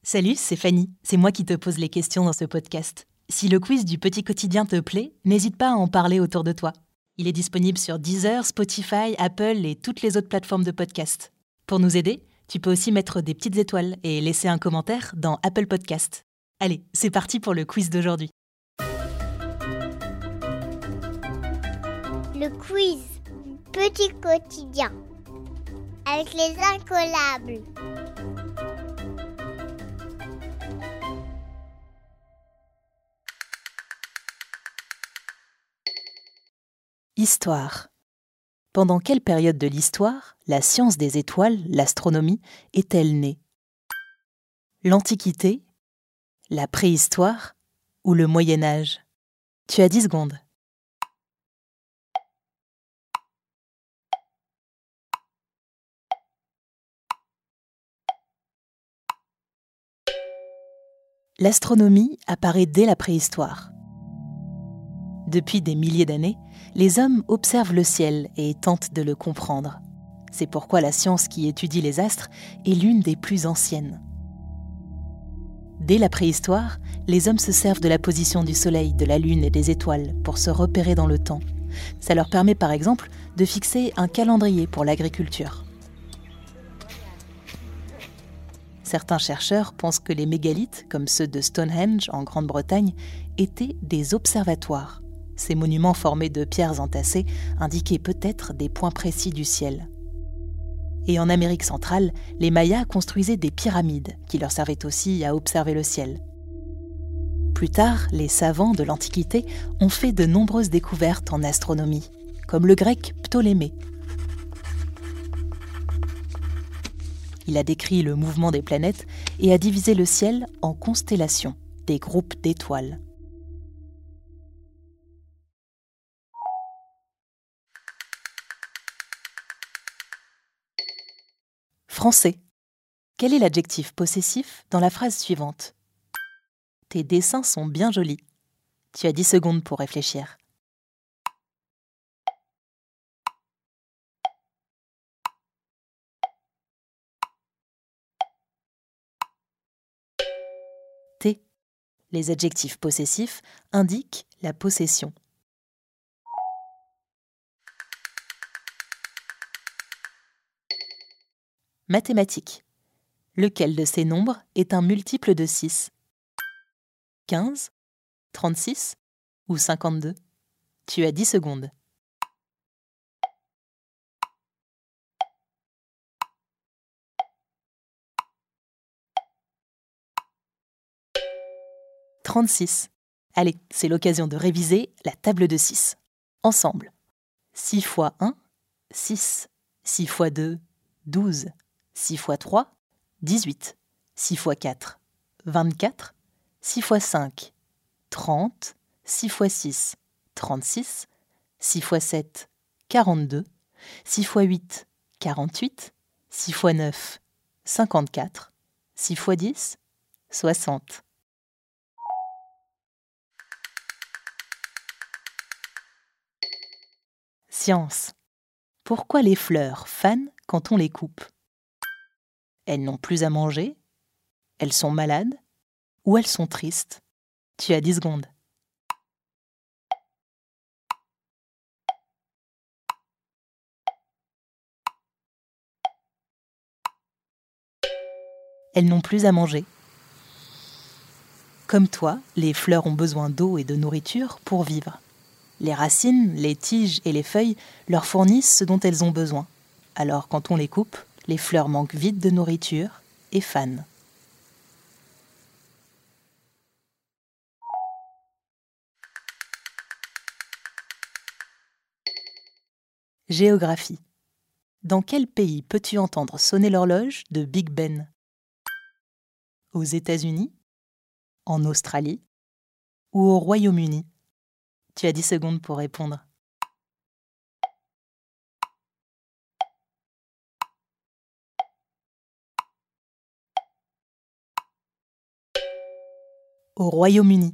Salut, c'est Fanny. C'est moi qui te pose les questions dans ce podcast. Si le quiz du petit quotidien te plaît, n'hésite pas à en parler autour de toi. Il est disponible sur Deezer, Spotify, Apple et toutes les autres plateformes de podcast. Pour nous aider, tu peux aussi mettre des petites étoiles et laisser un commentaire dans Apple Podcast. Allez, c'est parti pour le quiz d'aujourd'hui. Le quiz du petit quotidien avec les incollables. Histoire. Pendant quelle période de l'histoire la science des étoiles, l'astronomie, est-elle née ? L'Antiquité, la préhistoire ou le Moyen Âge ? Tu as 10 secondes. L'astronomie apparaît dès la préhistoire. Depuis des milliers d'années, les hommes observent le ciel et tentent de le comprendre. C'est pourquoi la science qui étudie les astres est l'une des plus anciennes. Dès la préhistoire, les hommes se servent de la position du Soleil, de la Lune et des étoiles pour se repérer dans le temps. Ça leur permet par exemple de fixer un calendrier pour l'agriculture. Certains chercheurs pensent que les mégalithes, comme ceux de Stonehenge en Grande-Bretagne, étaient des observatoires. Ces monuments formés de pierres entassées indiquaient peut-être des points précis du ciel. Et en Amérique centrale, les Mayas construisaient des pyramides qui leur servaient aussi à observer le ciel. Plus tard, les savants de l'Antiquité ont fait de nombreuses découvertes en astronomie, comme le grec Ptolémée. Il a décrit le mouvement des planètes et a divisé le ciel en constellations, des groupes d'étoiles. Français. Quel est l'adjectif possessif dans la phrase suivante ? Tes dessins sont bien jolis. Tu as 10 secondes pour réfléchir. T. Les adjectifs possessifs indiquent la possession. Mathématiques. Lequel de ces nombres est un multiple de 6 ? 15, 36 ou 52 ? Tu as 10 secondes. « 36. Allez, c'est l'occasion de réviser la table de 6. Ensemble. 6 fois 1, 6. 6 fois 2, 12. 6 fois 3, 18. 6 fois 4, 24. 6 fois 5, 30. 6 fois 6, 36. 6 fois 7, 42. 6 fois 8, 48. 6 fois 9, 54. 6 fois 10, 60. Science. Pourquoi les fleurs fanent quand on les coupe ? Elles n'ont plus à manger ? Elles sont malades ? Ou elles sont tristes ? Tu as 10 secondes. Elles n'ont plus à manger. Comme toi, les fleurs ont besoin d'eau et de nourriture pour vivre. Les racines, les tiges et les feuilles leur fournissent ce dont elles ont besoin. Alors quand on les coupe, les fleurs manquent vite de nourriture et fanent. Géographie. Dans quel pays peux-tu entendre sonner l'horloge de Big Ben ? Aux États-Unis ? En Australie ? Ou au Royaume-Uni ? Tu as 10 secondes pour répondre. Au Royaume-Uni.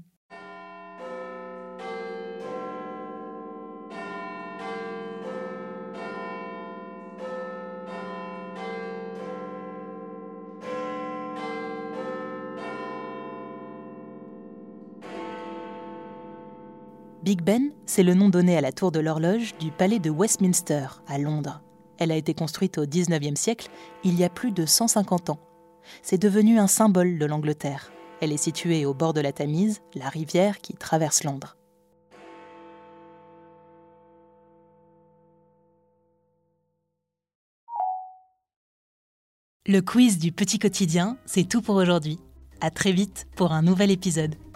Big Ben, c'est le nom donné à la tour de l'horloge du palais de Westminster, à Londres. Elle a été construite au XIXe siècle, il y a plus de 150 ans. C'est devenu un symbole de l'Angleterre. Elle est située au bord de la Tamise, la rivière qui traverse Londres. Le quiz du petit quotidien, c'est tout pour aujourd'hui. À très vite pour un nouvel épisode.